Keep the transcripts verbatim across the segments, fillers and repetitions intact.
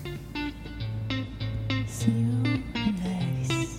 See you relax.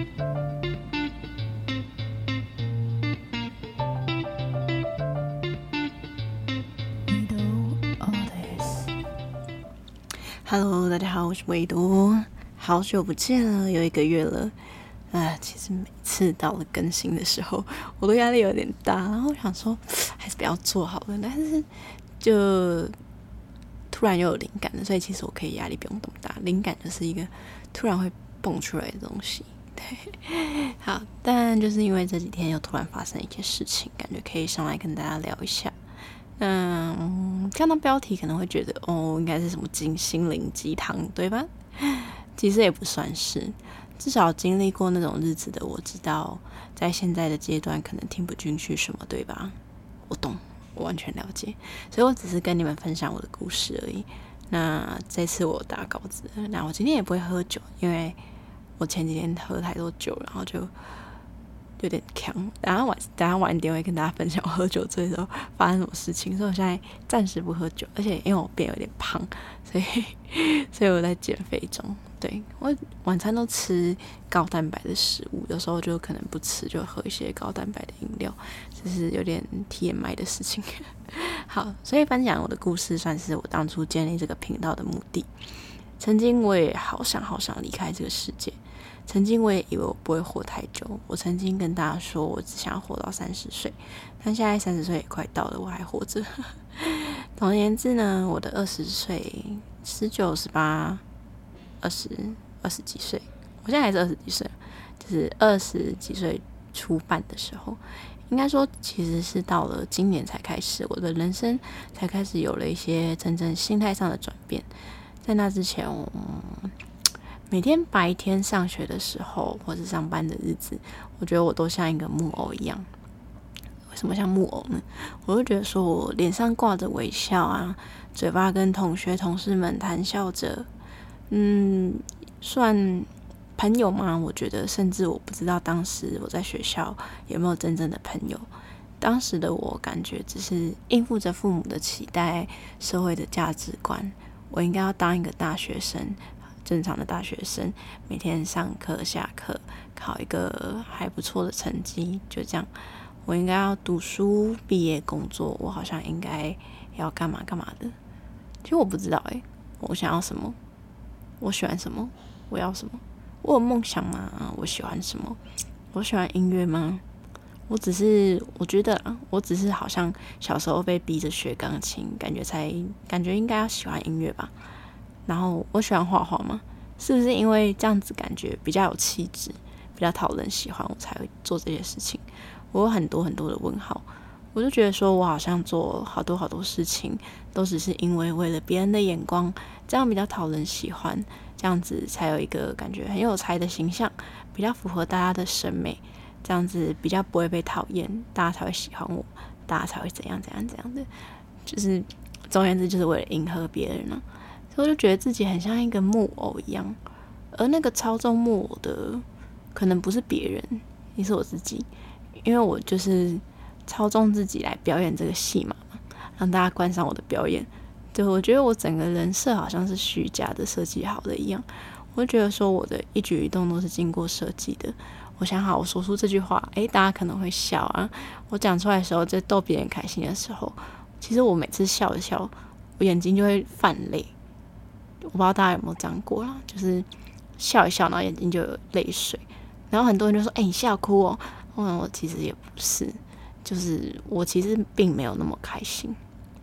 We do all this. Hello， 大家好，我是维多，好久不见了，有一个月了。啊，其实每次到了更新的时候，我都压力有点大，然后我想说还是不要做好了，但是就突然又有灵感了，所以其实我可以压力不用那么大。灵感就是一个突然会蹦出来的东西，对，好，但就是因为这几天又突然发生一些事情，感觉可以上来跟大家聊一下。嗯，看到标题可能会觉得哦，应该是什么金心灵鸡汤，对吧？其实也不算是，至少经历过那种日子的我知道，在现在的阶段可能听不进去什么，对吧？我懂，我完全了解，所以我只是跟你们分享我的故事而已。那这次我打稿子，那我今天也不会喝酒，因为我前几天喝太多酒，然后就有点强。等下晚等下晚一点会跟大家分享我喝酒醉的时候发生什么事情，所以我现在暂时不喝酒，而且因为我变有点胖，所以所以我在减肥中。对，我晚餐都吃高蛋白的食物，有时候就可能不吃，就喝一些高蛋白的饮料，这是有点 T M I 的事情。好，所以分享我的故事，算是我当初建立这个频道的目的。曾经我也好想好想离开这个世界，曾经我也以为我不会活太久，我曾经跟大家说我只想活到三十岁，但现在三十岁也快到了，我还活着。总而言之呢，我的二十岁、十九、十八、二十、二十几岁，我现在还是二十几岁，就是二十几岁初半的时候，应该说其实是到了今年才开始，我的人生才开始有了一些真正心态上的转变。在那之前，我每天白天上学的时候，或是上班的日子，我觉得我都像一个木偶一样。为什么像木偶呢？我就觉得说我脸上挂着微笑啊，嘴巴跟同学同事们谈笑着，嗯，算朋友吗？我觉得，甚至我不知道当时我在学校有没有真正的朋友。当时的我感觉只是应付着父母的期待、社会的价值观，我应该要当一个大学生，正常的大学生，每天上课下课，考一个还不错的成绩，就这样。我应该要读书、毕业、工作，我好像应该要干嘛干嘛的。其实我不知道诶，我想要什么，我喜欢什么，我要什么，我有梦想吗？我喜欢什么？我喜欢音乐吗？我只是我觉得啊，我只是好像小时候被逼着学钢琴，感觉才感觉应该要喜欢音乐吧。然后我喜欢画画吗？是不是因为这样子感觉比较有气质，比较讨人喜欢，我才会做这些事情？我有很多很多的问号，我就觉得说我好像做好多好多事情，都只是因为为了别人的眼光，这样比较讨人喜欢，这样子才有一个感觉很有才的形象，比较符合大家的审美，这样子比较不会被讨厌，大家才会喜欢我，大家才会怎样怎样怎样的，就是总而言之就是为了迎合别人啊，所以我就觉得自己很像一个木偶一样，而那个操纵木偶的可能不是别人，也是我自己。因为我就是操纵自己来表演这个戏嘛，让大家观赏我的表演。对，我觉得我整个人设好像是虚假的设计好的一样，我就觉得说我的一举一动都是经过设计的。我想好我说出这句话，诶，大家可能会笑啊。我讲出来的时候，在逗别人开心的时候，其实我每次笑一笑，我眼睛就会泛泪。我不知道大家有没有这样过啦，就是笑一笑，然后眼睛就有泪水。然后很多人就说：“诶，你笑哭哦。”嗯，我其实也不是，就是我其实并没有那么开心。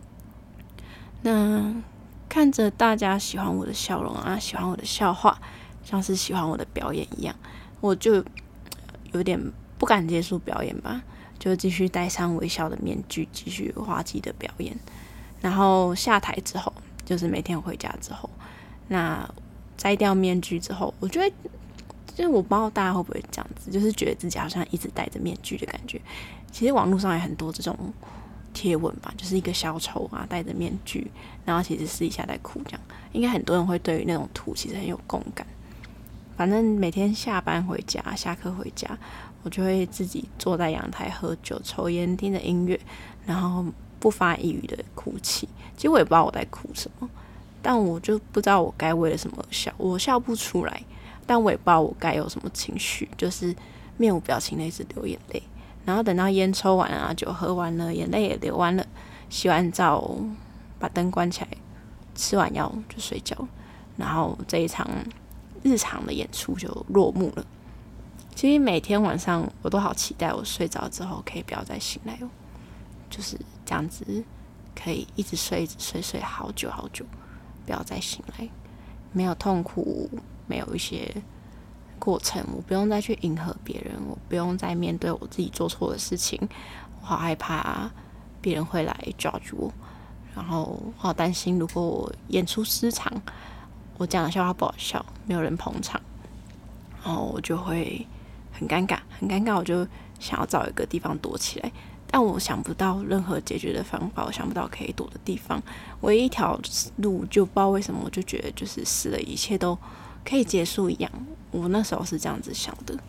那看着大家喜欢我的笑容啊，喜欢我的笑话，像是喜欢我的表演一样，我就有点不敢结束表演吧，就继续戴上微笑的面具，继续滑稽的表演。然后下台之后，就是每天回家之后，那摘掉面具之后，我觉得。就是我不知道大家会不会这样子，就是觉得自己好像一直戴着面具的感觉。其实网络上有很多这种贴文吧，就是一个小丑啊戴着面具，然后其实私底下在哭这样。应该很多人会对于那种图其实很有共感。反正每天下班回家、下课回家，我就会自己坐在阳台喝酒、抽烟、听着音乐，然后不发一语的哭泣。其实我也不知道我在哭什么。 但我就不知道我该为了什么而笑，我笑不出来，但我也不知道我该有什么情绪，就是面无表情的一直流眼泪。然后等到烟抽完啊，酒喝完了，眼泪也流完了，洗完澡，把灯关起来，吃完药就睡觉，然后这一场日常的演出就落幕了。其实每天晚上我都好期待我睡着之后可以不要再醒来哦，就是这样子可以一直睡一直睡睡好久好久，不要再醒来，没有痛苦，没有一些过程，我不用再去迎合别人，我不用再面对我自己做错的事情，我好害怕别人会来 judge 我，然后我好担心如果我演出失常，我讲的笑话不好笑，没有人捧场，然后我就会很尴尬，很尴尬，我就想要找一个地方躲起来，但我想不到任何解决的方法，我想不到可以躲的地方，唯一一条路就不知道为什么，我就觉得就是死了一切都可以结束一样，我那时候是这样子想的。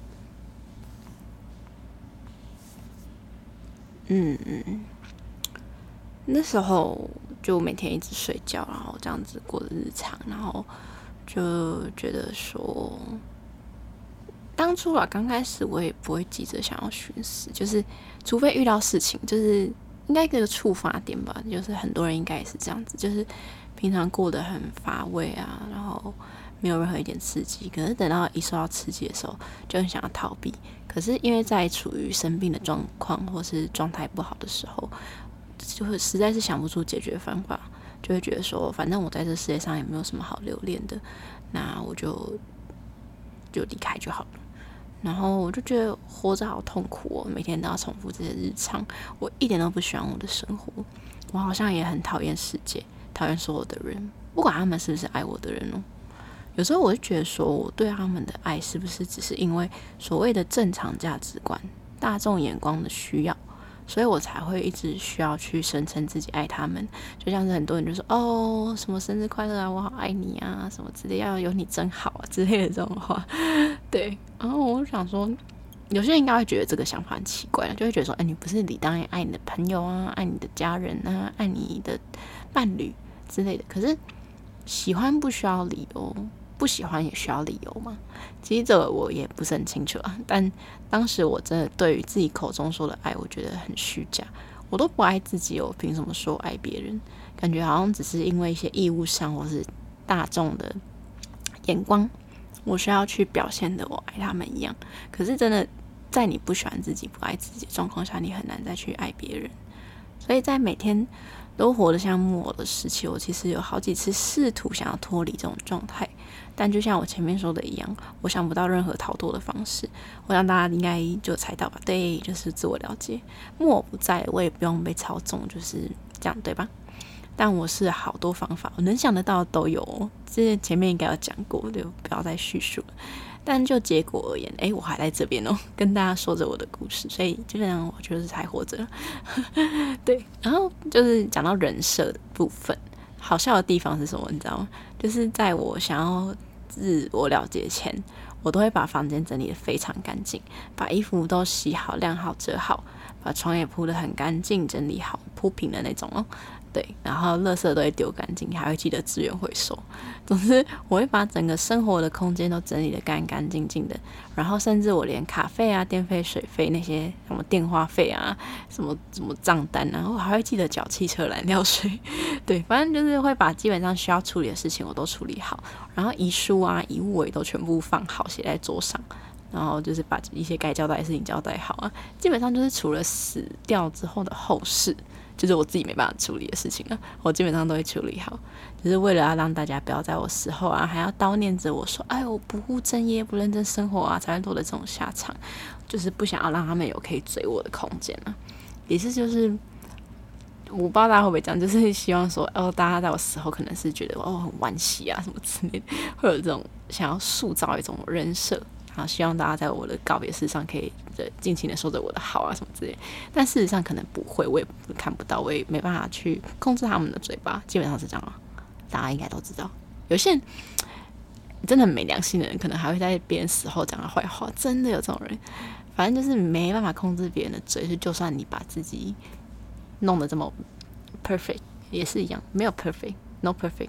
嗯嗯，那时候就每天一直睡觉，然后这样子过的日常，然后就觉得说，当初啊，刚开始我也不会急着想要寻死，就是除非遇到事情，就是应该一个触发点吧，就是很多人应该也是这样子，就是平常过得很乏味啊，然后没有任何一点刺激，可是等到一受到刺激的时候，就很想要逃避。可是因为在处于生病的状况或是状态不好的时候，就会实在是想不出解决方法，就会觉得说，反正我在这世界上也没有什么好留恋的，那我就就离开就好了。然后我就觉得活着好痛苦哦，每天都要重复这些日常，我一点都不喜欢我的生活，我好像也很讨厌世界，讨厌所有的人，不管他们是不是爱我的人哦。有时候我就觉得说，我对他们的爱是不是只是因为所谓的正常价值观、大众眼光的需要，所以我才会一直需要去声称自己爱他们。就像是很多人就说哦，什么生日快乐啊，我好爱你啊，什么之类，要有你真好啊之类的这种话。对，然后我就想说，有些人应该会觉得这个想法很奇怪，就会觉得说，哎，你不是理当然爱你的朋友啊，爱你的家人啊，爱你的伴侣之类的。可是喜欢不需要理由，不喜欢也需要理由吗？其实这个我也不是很清楚啊。但当时我真的对于自己口中说的爱，我觉得很虚假。我都不爱自己，我凭什么说爱别人？感觉好像只是因为一些义务上或是大众的眼光，我需要去表现的我爱他们一样。可是真的在你不喜欢自己、不爱自己的状况下，你很难再去爱别人。所以在每天都活得像木偶的时期，我其实有好几次试图想要脱离这种状态，但就像我前面说的一样，我想不到任何逃脱的方式。我想大家应该就猜到吧？对，就是自我了解。木偶不在，我也不用被操纵，就是这样，对吧？但我是好多方法，我能想得到的都有哦。这前面应该有讲过，就不要再叙述了。但就结果而言，诶，我还在这边哦，跟大家说着我的故事，所以基本上我就是还活着。对，然后就是讲到人设的部分，好笑的地方是什么？你知道吗？就是在我想要自我了解前，我都会把房间整理得非常干净，把衣服都洗好、晾好、折好，把床也铺得很干净、整理好、铺平的那种哦。对，然后垃圾都会丢干净，还会记得资源回收。总之，我会把整个生活的空间都整理得干干净净的，然后甚至我连卡费啊、电费、水费那些什么电话费啊、什么什么账单，然后还会记得缴汽车燃料税。对，反正就是会把基本上需要处理的事情我都处理好，然后遗书啊、遗物我也都全部放好，写在桌上。然后就是把一些该交代的事情交代好啊，基本上就是除了死掉之后的后事，就是我自己没办法处理的事情啊，我基本上都会处理好，就是为了要让大家不要在我死后啊还要叨念着我说，哎，我不务正业、不认真生活啊，才会落得这种下场，就是不想要让他们有可以追我的空间啊，也是就是我不知道大家会不会这样，就是希望说，哦，大家在我死后可能是觉得哦很惋惜啊什么之类的，会有这种想要塑造一种人设。然后希望大家在我的告别式上可以尽情的说着我的好啊什么之类的，但事实上可能不会，我也看不到，我也没办法去控制他们的嘴巴，基本上是这样啊，大家应该都知道。有些人真的很没良心的人，可能还会在别人死后讲他坏话，真的有这种人。反正就是没办法控制别人的嘴，就算你把自己弄得这么 perfect， 也是一样，没有 perfect，no perfect，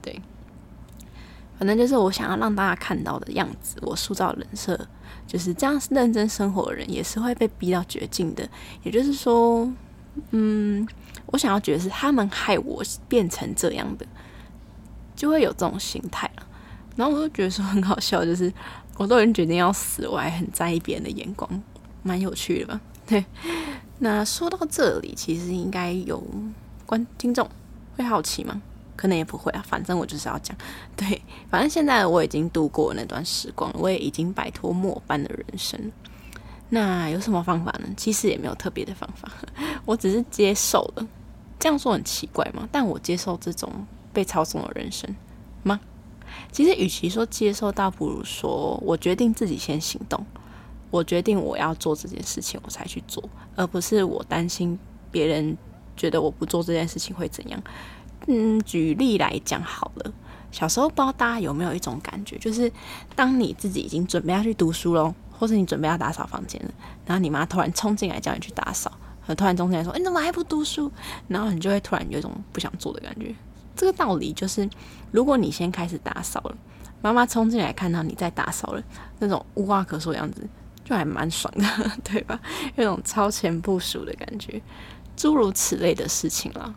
对，反正就是我想要让大家看到的样子，我塑造的人设就是这样。认真生活的人也是会被逼到绝境的，也就是说，嗯，我想要觉得是他们害我变成这样的，就会有这种心态了。然后我就觉得说很好笑，就是我都已经决定要死，我还很在意别人的眼光，蛮有趣的吧？对。那说到这里，其实应该有观听众会好奇吗？可能也不会啊，反正我就是要讲。对，反正现在我已经度过那段时光，我也已经摆脱末班的人生。那有什么方法呢？其实也没有特别的方法，我只是接受了。这样说很奇怪吗？但我接受这种被操纵的人生吗？其实与其说接受，倒不如说我决定自己先行动，我决定我要做这件事情我才去做，而不是我担心别人觉得我不做这件事情会怎样。嗯，举例来讲好了，小时候不知道大家有没有一种感觉，就是当你自己已经准备要去读书咯，或是你准备要打扫房间了，然后你妈突然冲进来叫你去打扫，突然冲进来说、欸、你怎么还不读书，然后你就会突然有一种不想做的感觉。这个道理就是，如果你先开始打扫了，妈妈冲进来看到你在打扫了，那种无话可说的样子就还蛮爽的，对吧？有种超前部署的感觉，诸如此类的事情啦。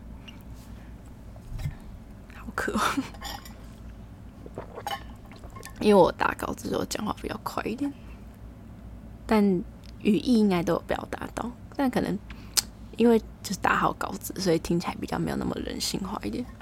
好渴望，因为我打稿子的时候讲话比较快一点，但语义应该都有表达到，但可能因为就是打好稿子，所以听起来比较没有那么人性化一点。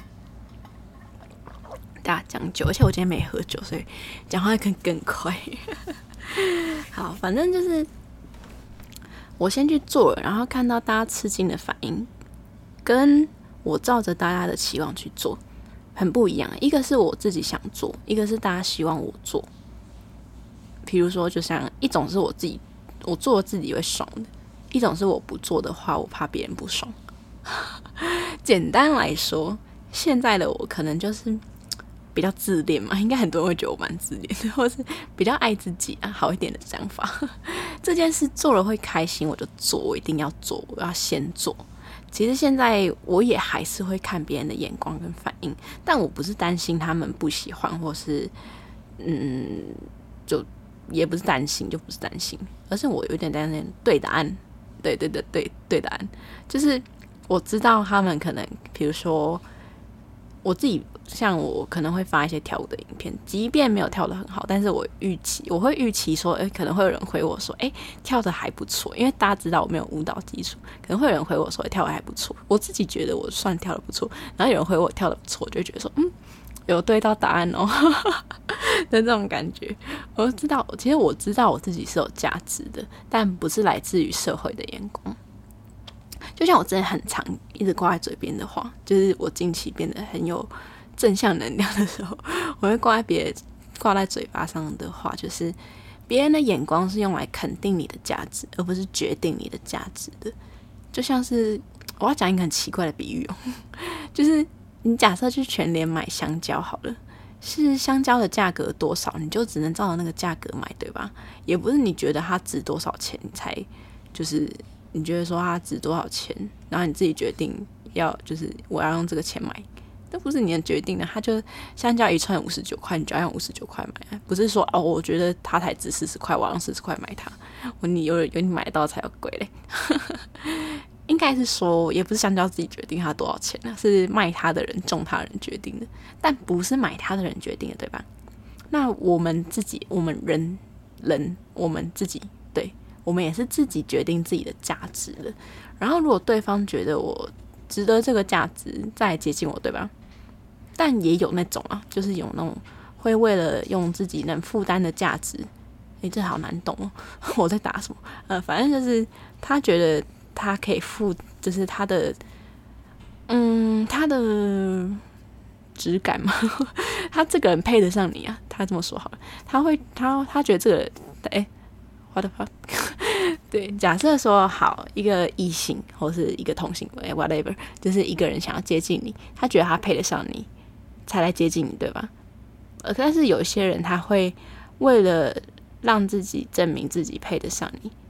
大家讲究，而且我今天没喝酒，所以讲话更更快。好，反正就是我先去做了，然后看到大家吃惊的反应，跟我照着大家的期望去做很不一样。一个是我自己想做，一个是大家希望我做。比如说，就像一种是我自己我做了自己会爽的，一种是我不做的话，我怕别人不爽。简单来说，现在的我可能就是比较自恋嘛，应该很多人会觉得我蛮自恋的，或是比较爱自己啊，好一点的想法。这件事做了会开心，我就做，我一定要做，我要先做。其实现在我也还是会看别人的眼光跟反应，但我不是担心他们不喜欢，或是嗯，就也不是担心，就不是担心，而是我有点担心对答案，对对对对对答案，就是我知道他们可能，比如说我自己，像我可能会发一些跳舞的影片，即便没有跳得很好，但是我预期我会预期说，哎，可能会有人回我说，哎，跳得还不错，因为大家知道我没有舞蹈基础，可能会有人回我说，哎，跳得还不错。我自己觉得我算跳得不错，然后有人回我跳得不错，我就会觉得说，嗯，有对到答案哦的这种感觉。我知道，其实我知道我自己是有价值的，但不是来自于社会的眼光。就像我之前很常一直挂在嘴边的话，就是我近期变得很有正向能量的时候，我会挂在别人挂在嘴巴上的话，就是别人的眼光是用来肯定你的价值，而不是决定你的价值的。就像是我要讲一个很奇怪的比喻哦，就是你假设去全联买香蕉好了，是香蕉的价格多少，你就只能照着那个价格买，对吧？也不是你觉得它值多少钱，你才就是你觉得说它值多少钱，然后你自己决定要就是我要用这个钱买，这不是你的决定的。它就香蕉一串五十九块，你就要用五十九块买，不是说哦，我觉得它才值四十块，我要用四十块买它。我你有有你买到才有贵嘞。应该是说，也不是香蕉自己决定它多少钱啊，是卖它的人、种它的人决定的，但不是买它的人决定的，对吧？那我们自己，我们人人，我们自己，对，我们也是自己决定自己的价值的。然后，如果对方觉得我值得这个价值，再来接近我，对吧？但也有那种啊，就是有那种会为了用自己能负担的价值，诶，这好难懂哦。我在打什么？呃，反正就是他觉得。他可以付，就是他的，嗯，他的质感嘛，他这个人配得上你啊，他这么说好了，他会，他他觉得这个人，哎 ，what the fuck， 对，假设说好一个异性或是一个同性恋 ，whatever， 就是一个人想要接近你，他觉得他配得上你，才来接近你，对吧？呃，但是有些人他会为了让自己证明自己配得上你。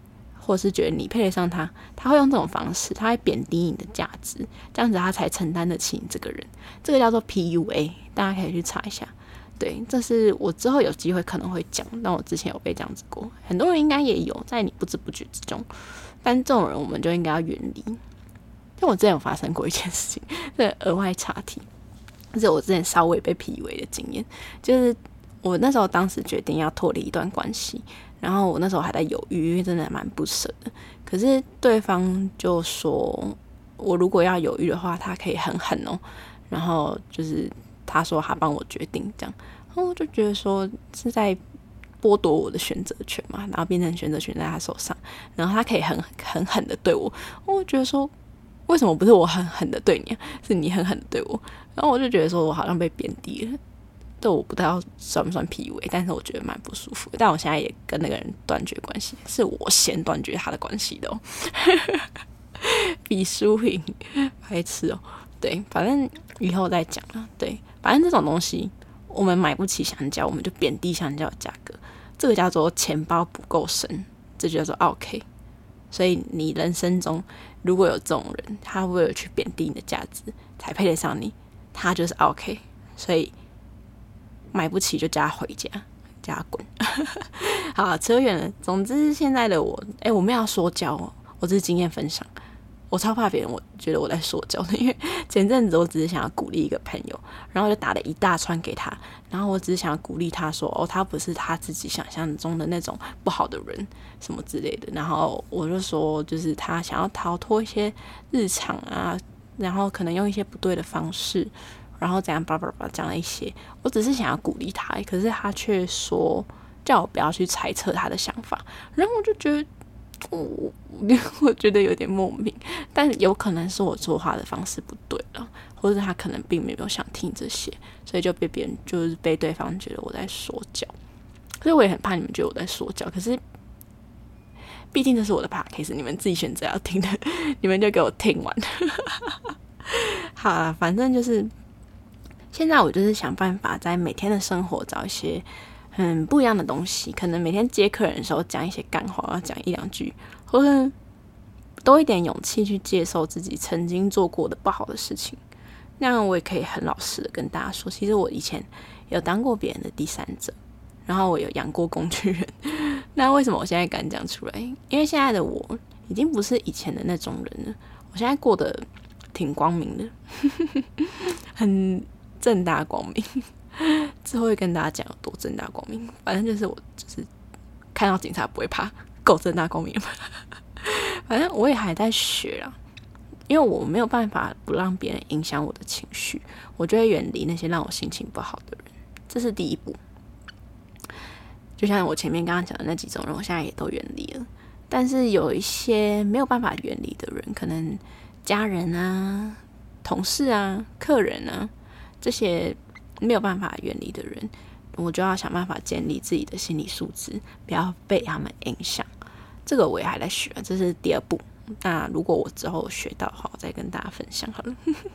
或者是觉得你配得上他，他会用这种方式，他会贬低你的价值，这样子他才承担得起你这个人。这个叫做 P U A， 大家可以去查一下。对，这是我之后有机会可能会讲，但我之前有被这样子过，很多人应该也有，在你不知不觉之中，但这种人我们就应该要远离。但我之前有发生过一件事情，这额外岔题，这是我之前稍微被 P U A 的经验，就是我那时候当时决定要脱离一段关系，然后我那时候还在犹豫，因为真的蛮不舍的。可是对方就说，我如果要犹豫的话，他可以很狠哦。然后就是他说他帮我决定这样，然后我就觉得说是在剥夺我的选择权嘛，然后变成选择权在他手上，然后他可以很很狠的对我，我觉得说为什么不是我狠狠的对你啊，是你狠狠的对我？然后我就觉得说我好像被贬低了。这我不知道算不算 P U A， 但是我觉得蛮不舒服的。但我现在也跟那个人断绝关系，是我先断绝他的关系的哦。比输赢，白痴哦。对，反正以后再讲了。对，反正这种东西，我们买不起香蕉，我们就贬低香蕉的价格，这个叫做钱包不够深，这就叫做 OK。所以你人生中如果有这种人，他为了去贬低你的价值，才配得上你，他就是 OK。所以买不起就叫他回家，叫他滚。好，扯远了。总之现在的我，哎、欸，我没有要说教哦，我只是经验分享。我超怕别人我觉得我在说教的，因为前阵子我只是想要鼓励一个朋友，然后我就打了一大串给他，然后我只是想要鼓励他说，哦，他不是他自己想象中的那种不好的人什么之类的，然后我就说就是他想要逃脱一些日常啊，然后可能用一些不对的方式，然后怎样叭叭叭讲了一些，我只是想要鼓励他，可是他却说叫我不要去猜测他的想法，然后我就觉得我我觉得有点莫名，但有可能是我说话的方式不对了，或者他可能并没有想听这些，所以就被别人就是被对方觉得我在说教。可是我也很怕你们觉得我在说教，可是毕竟这是我的 podcast， 你们自己选择要听的，你们就给我听完。好啦，反正就是现在我就是想办法在每天的生活找一些很不一样的东西，可能每天接客人的时候讲一些干话，要讲一两句，或者多一点勇气去接受自己曾经做过的不好的事情。那样我也可以很老实的跟大家说，其实我以前有当过别人的第三者，然后我有养过工具人。那为什么我现在敢讲出来？因为现在的我已经不是以前的那种人了，我现在过得挺光明的，很正大光明。之后会跟大家讲有多正大光明，反正就是我就是看到警察不会怕，够正大光明了。反正我也还在学啦，因为我没有办法不让别人影响我的情绪，我就会远离那些让我心情不好的人，这是第一步。就像我前面刚刚讲的那几种人，我现在也都远离了。但是有一些没有办法远离的人，可能家人啊、同事啊、客人啊，这些没有办法远离的人，我就要想办法建立自己的心理素质，不要被他们影响。这个我也还在学，这是第二步。那如果我之后学到的话，我再跟大家分享好了。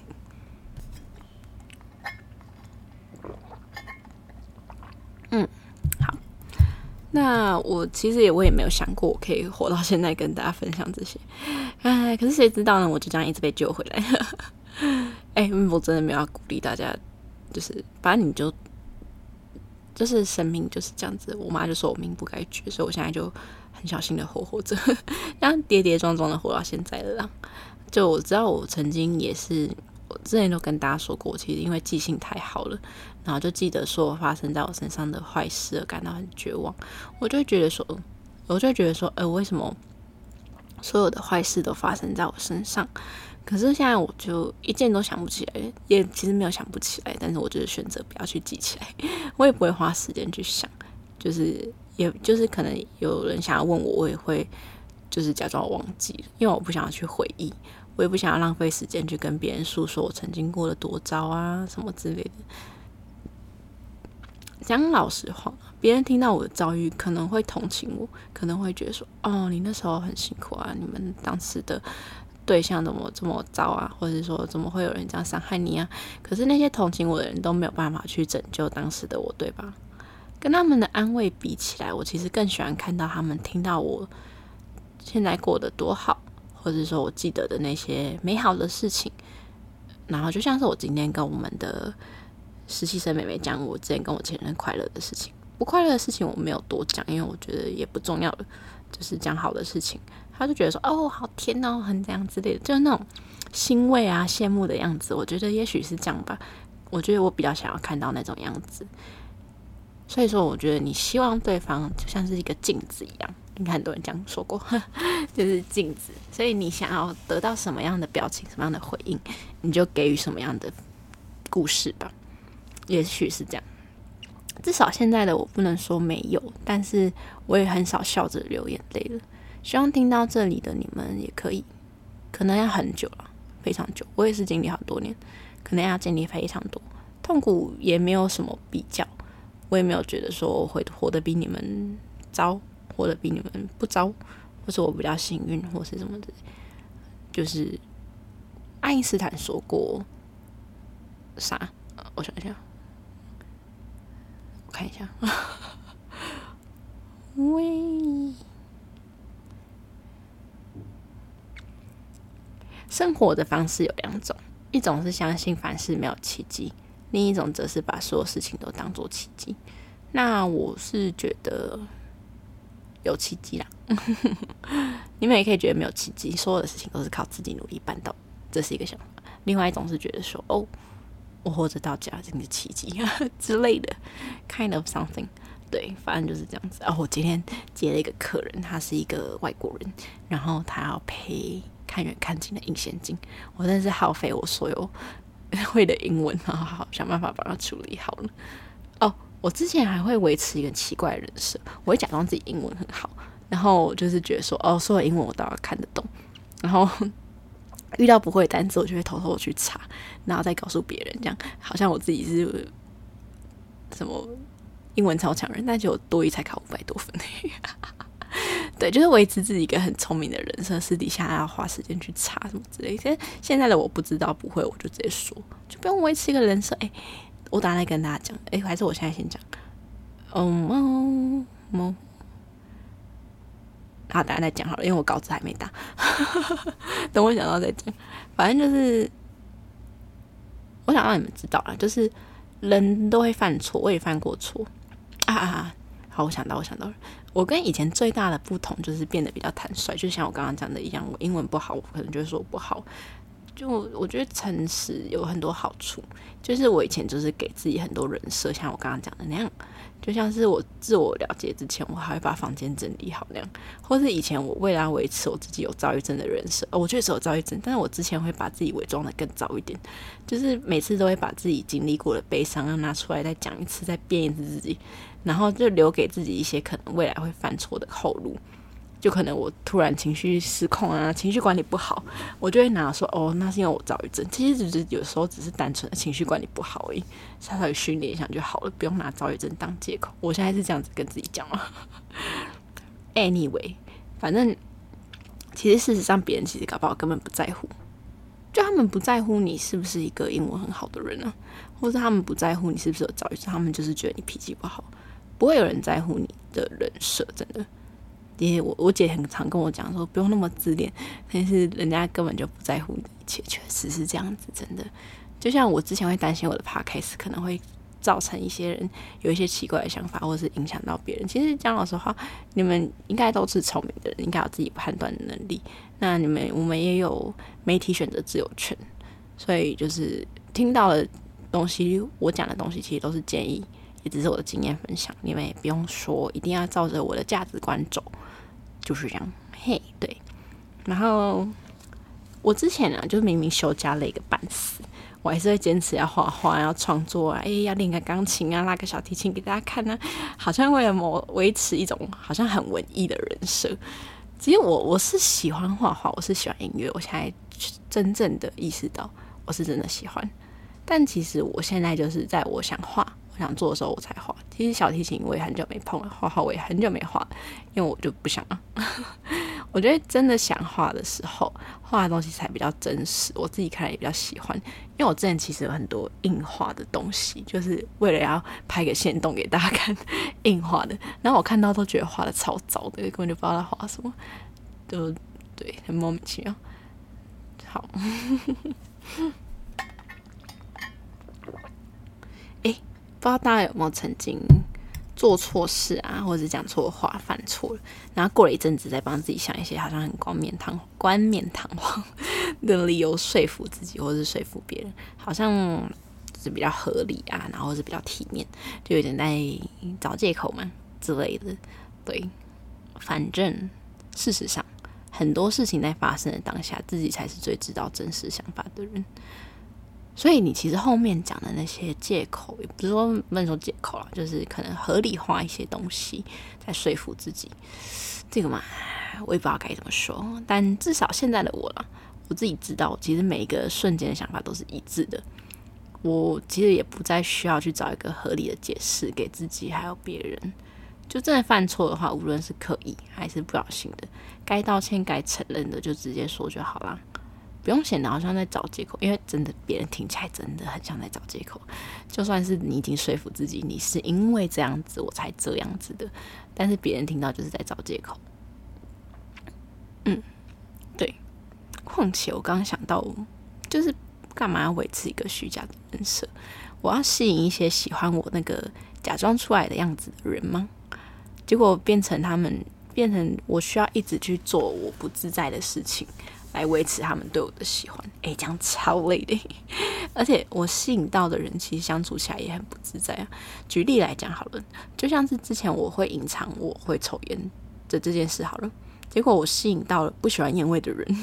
嗯，好。那我其实也我也没有想过我可以活到现在跟大家分享这些，哎，可是谁知道呢？我就这样一直被救回来。哎、欸，我真的没有要鼓励大家。就是反正你就就是生命就是这样子，我妈就说我命不该绝，所以我现在就很小心的活活着，这样跌跌撞撞的活到现在了啦。就我知道我曾经也是，我之前都跟大家说过，我其实因为记性太好了，然后就记得说发生在我身上的坏事而感到很绝望，我就会觉得说我就会觉得说呃，为什么所有的坏事都发生在我身上？可是现在我就一件都想不起来，也其实没有想不起来，但是我就是选择不要去记起来，我也不会花时间去想，就是也就是可能有人想要问我，我也会就是假装忘记了，因为我不想要去回忆，我也不想要浪费时间去跟别人诉说我曾经过得多糟啊什么之类的。讲老实话，别人听到我的遭遇可能会同情我，可能会觉得说哦，你那时候很辛苦啊，你们当时的对象怎么这么糟啊，或者说怎么会有人这样伤害你啊？可是那些同情我的人都没有办法去拯救当时的我，对吧？跟他们的安慰比起来，我其实更喜欢看到他们听到我现在过得多好，或者说我记得的那些美好的事情。然后就像是我今天跟我们的实习生妹妹讲我之前跟我前任快乐的事情，不快乐的事情我没有多讲，因为我觉得也不重要了，就是讲好的事情。他就觉得说哦好甜哦，很这样之类的，就是那种欣慰啊羡慕的样子。我觉得也许是这样吧，我觉得我比较想要看到那种样子。所以说我觉得你希望对方就像是一个镜子一样，应该很多人这样说过，就是镜子。所以你想要得到什么样的表情，什么样的回应，你就给予什么样的故事吧。也许是这样，至少现在的我不能说没有，但是我也很少笑着流眼泪了。希望听到这里的你们也可以，可能要很久了，非常久。我也是经历好多年，可能要经历非常多痛苦，也没有什么比较。我也没有觉得说我会活得比你们糟，活得比你们不糟，或者我比较幸运，或是什么的。就是爱因斯坦说过啥？我想一下，我看一下。喂，生活的方式有两种，一种是相信凡事没有奇迹，另一种则是把所有事情都当作奇迹。那我是觉得有奇迹啦，你们也可以觉得没有奇迹，所有的事情都是靠自己努力办到，这是一个想法。另外一种是觉得说，哦，我活着到家真的是奇迹之类的 ，kind of something。对，反正就是这样子。哦，我今天接了一个客人，他是一个外国人，然后他要配看远看近的隐形镜，我真的是耗费我所有会的英文，然后好想办法帮他处理好了。哦，我之前还会维持一个奇怪的人设，我会假装自己英文很好，然后就是觉得说，哦，所有英文我都要看得懂，然后遇到不会的单词，我就会偷偷去查，然后再告诉别人，这样好像我自己是什么英文超强人，但结果多益才考五百多分。对，就是维持自己一个很聪明的人设，私底下要花时间去查什么之类的。现在的我不知道不会，我就直接说，就不用维持一个人设。哎、欸，我等下再跟大家讲。哎、欸，还是我现在先讲。嗯嗯嗯，好，等下再讲好了，因为我稿子还没打。等我想到再讲。反正就是，我想让你们知道啦，就是人都会犯错，我也犯过错啊啊！好，我想到，我想到了。我跟以前最大的不同就是变得比较坦率，就像我刚刚讲的一样，我英文不好，我可能就会说我不好。就我觉得诚实有很多好处，就是我以前就是给自己很多人设，像我刚刚讲的那样，就像是我自我了解之前，我还会把房间整理好那样，或是以前我为了要维持我自己有躁郁症的人设、哦，我确实有躁郁症，但是我之前会把自己伪装的更糟一点，就是每次都会把自己经历过的悲伤要拿出来再讲一次，再变一次自己，然后就留给自己一些可能未来会犯错的后路。就可能我突然情绪失控啊，情绪管理不好，我就会拿说哦，那是因为我躁郁症。其实只是有时候只是单纯的情绪管理不好而已，稍微训练一下就好了，不用拿躁郁症当借口。我现在是这样子跟自己讲嘛。Anyway， 反正其实事实上别人其实搞不好根本不在乎，就他们不在乎你是不是一个英文很好的人啊，或者他们不在乎你是不是有躁郁症，他们就是觉得你脾气不好，不会有人在乎你的人设，真的。也我我姐很常跟我讲说，不用那么自恋，但是人家根本就不在乎你的一切，确实是这样子，真的。就像我之前会担心我的 podcast 可能会造成一些人有一些奇怪的想法，或是影响到别人。其实讲老实话，你们应该都是聪明的人，应该有自己判断的能力。那你们我们也有媒体选择自由权，所以就是听到的东西，我讲的东西其实都是建议，也只是我的经验分享，你们也不用说一定要照着我的价值观走。就是这样，嘿，对。然后我之前呢、啊，就是明明休假累个半死，我还是会坚持要画画、要创作啊，哎，要练个钢琴啊，拉个小提琴给大家看啊，好像为了某维持一种好像很文艺的人设。其实我我是喜欢画画，我是喜欢音乐，我现在真正的意识到我是真的喜欢。但其实我现在就是在我想画、我想做的时候我才画。其实小提琴我也很久没碰了，画画我也很久没画，因为我就不想啊。我觉得真的想画的时候，画的东西才比较真实，我自己看来也比较喜欢。因为我之前其实有很多硬画的东西，就是为了要拍个限动给大家看，硬画的。然后我看到都觉得画的超糟的，根本就不知道他画什么。 就对，很莫名其妙。好，哎，不知道大家有没有曾经做错事啊，或者讲错话、犯错了，然后过了一阵子再帮自己想一些好像很冠冕堂冠冕堂皇的理由说服自己，或是说服别人，好像是比较合理啊，然后是比较体面，就有点在找借口嘛之类的。对，反正事实上很多事情在发生的当下，自己才是最知道真实想法的人。所以你其实后面讲的那些借口，也不是说不能说借口啦，就是可能合理化一些东西，在说服自己。这个嘛，我也不知道该怎么说，但至少现在的我啦，我自己知道，其实每一个瞬间的想法都是一致的。我其实也不再需要去找一个合理的解释给自己还有别人。就真的犯错的话，无论是刻意还是不小心的，该道歉该承认的就直接说就好啦。不用显得好像在找借口，因为真的别人听起来真的很像在找借口。就算是你已经说服自己你是因为这样子我才这样子的，但是别人听到就是在找借口。嗯，对。况且我刚刚想到，就是干嘛要维持一个虚假的人设？我要吸引一些喜欢我那个假装出来的样子的人吗？结果变成他们，变成我需要一直去做我不自在的事情，来维持他们对我的喜欢。哎，这样超累的。而且我吸引到的人其实相处起来也很不自在啊。举例来讲好了，就像是之前我会隐藏我会抽烟的这件事好了，结果我吸引到了不喜欢烟味的人，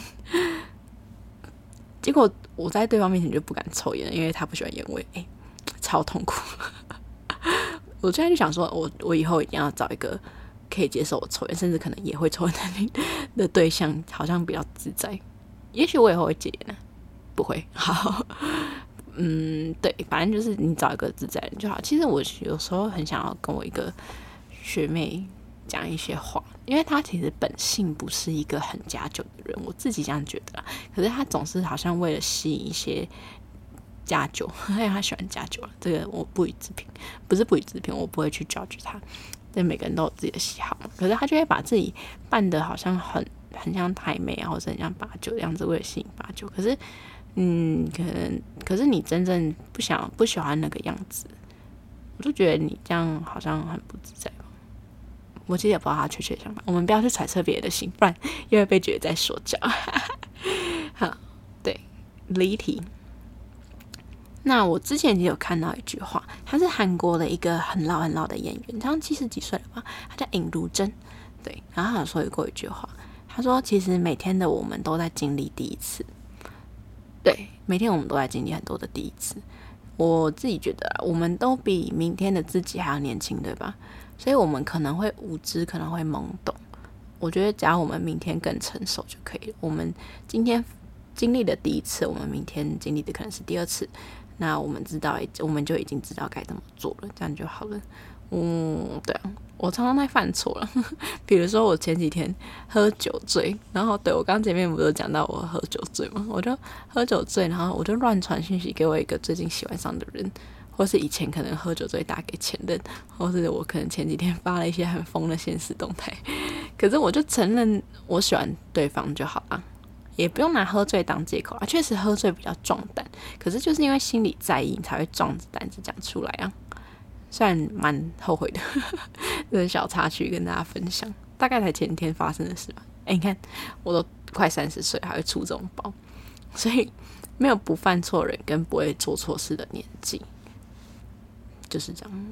结果我在对方面前就不敢抽烟，因为他不喜欢烟味，哎，超痛苦。我现在就想说我，我以后一定要找一个可以接受我抽烟，甚至可能也会抽烟的对象，好像比较自在。也许我以后会戒烟啊，不会。好，嗯，对，反正就是你找一个自在人就好。其实我有时候很想要跟我一个学妹讲一些话，因为她其实本性不是一个很加酒的人，我自己这样觉得啦。可是她总是好像为了吸引一些加酒，因为他喜欢加酒，这个我不予置评，不是不予置评，我不会去 judge 他，但每个人都有自己的喜好嘛。可是他就会把自己扮得好像很很像台妹啊，或者很像八九的样子，为了吸引八九。可是，嗯，可能可是你真正不想不喜欢那个样子，我就觉得你这样好像很不自在。我其实也不知道他确切的想法，我们不要去揣测别人的心，不然又会被觉得在说教。好，对，离题。那我之前也有看到一句话，他是韩国的一个很老很老的演员，好像七十几岁了吧，他叫尹如珍。对，然后他有说过一句话，他说其实每天的我们都在经历第一次，对，每天我们都在经历很多的第一次。我自己觉得啊，我们都比明天的自己还要年轻，对吧？所以我们可能会无知，可能会懵懂。我觉得只要我们明天更成熟就可以了。我们今天经历的第一次，我们明天经历的可能是第二次。那我们知道，我们就已经知道该怎么做了，这样就好了。嗯，对啊，我常常在犯错了。比如说，我前几天喝酒醉，然后对我刚前面不是讲到我喝酒醉吗？我就喝酒醉，然后我就乱传讯息给我一个最近喜欢上的人，或是以前可能喝酒醉打给前任，或是我可能前几天发了一些很疯的现实动态。可是我就承认我喜欢对方就好了。也不用拿喝醉当借口啊，确实喝醉比较壮胆，可是就是因为心里在意，你才会壮着胆子讲出来啊。虽然蛮后悔的，这是小插曲跟大家分享，大概才前天发生的事吧。哎、欸，你看，我都快三十岁还会出这种包，所以没有不犯错人跟不会做错事的年纪，就是这样。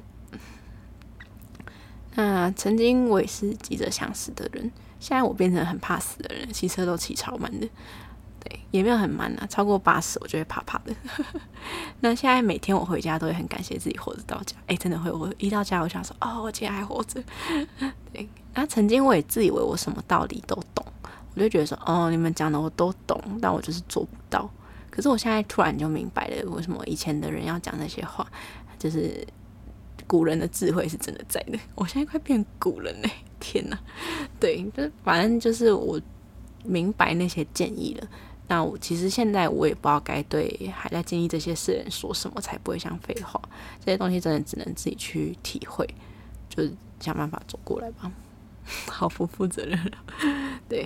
那曾经我也是急着想死的人。现在我变成很怕死的人，骑车都骑超慢的，对，也没有很慢啊，超过八十我就会怕怕的。那现在每天我回家都会很感谢自己活着到家，哎、欸，真的会，我一到家我想说，哦，我今天还活着。对，那曾经我也自以为我什么道理都懂，我就觉得说，哦，你们讲的我都懂，但我就是做不到。可是我现在突然就明白了，为什么以前的人要讲那些话，就是古人的智慧是真的在的。我现在快变古人嘞、欸！天哪，对，就反正就是我明白那些建议了。那我其实现在我也不知道该对还在经历这些事的人说什么才不会像废话。这些东西真的只能自己去体会，就是想办法走过来吧。好不负责任了。对，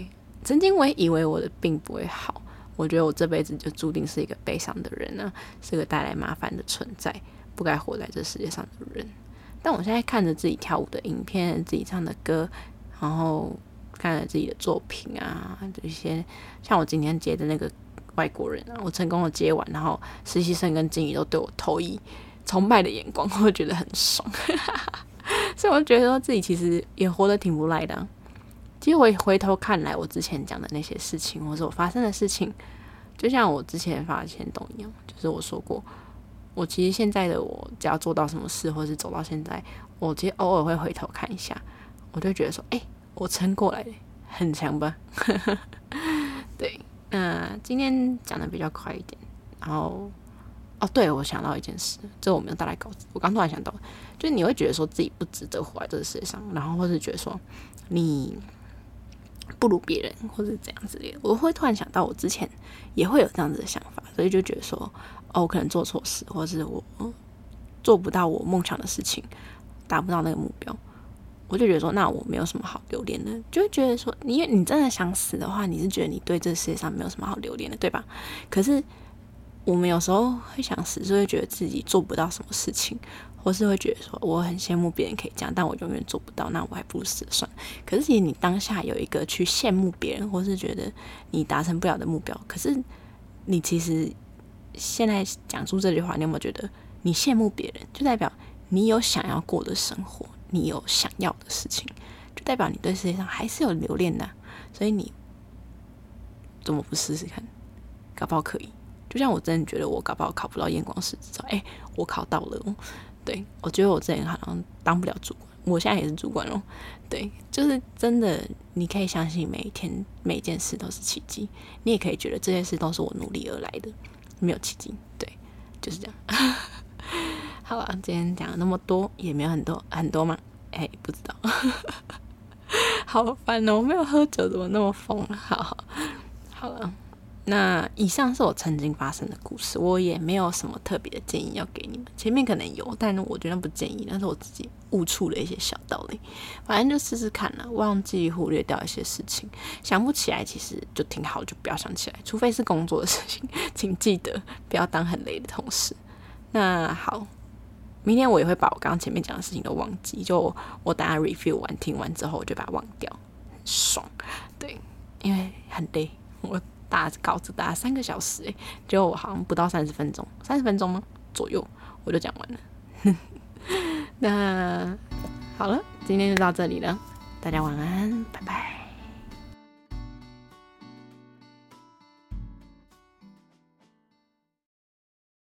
曾经我也以为我的病不会好，我觉得我这辈子就注定是一个悲伤的人啊，是个带来麻烦的存在，不该活在这世界上的人。但我现在看着自己跳舞的影片，自己唱的歌，然后看着自己的作品啊，这些像我今天接的那个外国人啊，我成功的接完，然后实习生跟经理都对我投以崇拜的眼光，我觉得很爽。所以我就觉得说自己其实也活得挺不赖的啊。其实我回头看来，我之前讲的那些事情，或者我发生的事情，就像我之前发现动一样，就是我说过，我其实现在的我，只要做到什么事，或是走到现在，我其实偶尔会回头看一下，我就觉得说，哎、欸，我撑过来了，很强吧？对，那今天讲的比较快一点，然后。哦，对，我想到一件事，这我没有带来稿子，我刚突然想到，就是你会觉得说自己不值得活在这个世界上，然后或是觉得说你不如别人，或是怎样之类的，我会突然想到我之前也会有这样子的想法，所以就觉得说，哦，我可能做错事，或是我做不到我梦想的事情，达不到那个目标，我就觉得说，那我没有什么好留恋的，就会觉得说，因为你真的想死的话，你是觉得你对这个世界上没有什么好留恋的，对吧？可是我们有时候会想死，是会觉得自己做不到什么事情，或是会觉得说我很羡慕别人可以这样，但我永远做不到，那我还不如死了算了。可是其实你当下有一个去羡慕别人，或是觉得你达成不了的目标，可是你其实现在讲出这句话，你有没有觉得你羡慕别人，就代表你有想要过的生活，你有想要的事情，就代表你对世界上还是有留恋的啊。所以你怎么不试试看？搞不好可以。就像我真的觉得我搞不好考不到验光师执照，哎、欸，我考到了哦。对，我觉得我之前好像当不了主管，我现在也是主管咯。对，就是真的，你可以相信每一天每一件事都是奇迹，你也可以觉得这些事都是我努力而来的，没有奇迹。对，就是这样。好了，今天讲了那么多，也没有很多很多嘛，哎、欸，不知道。好烦哦，我没有喝酒，怎么那么疯？好好好了。那以上是我曾经发生的故事，我也没有什么特别的建议要给你们。前面可能有，但我觉得不建议，那是我自己悟出了一些小道理。反正就试试看啦，忘记忽略掉一些事情，想不起来其实就挺好，就不要想起来，除非是工作的事情，请记得不要当很累的同事。那好，明天我也会把我刚刚前面讲的事情都忘记，就我等下 review 完听完之后，我就把它忘掉，很爽。对，因为很累，我打稿子打了三个小时，哎，结果我好像不到三十分钟，三十分钟吗？左右我就讲完了。那好了，今天就到这里了，大家晚安，拜拜。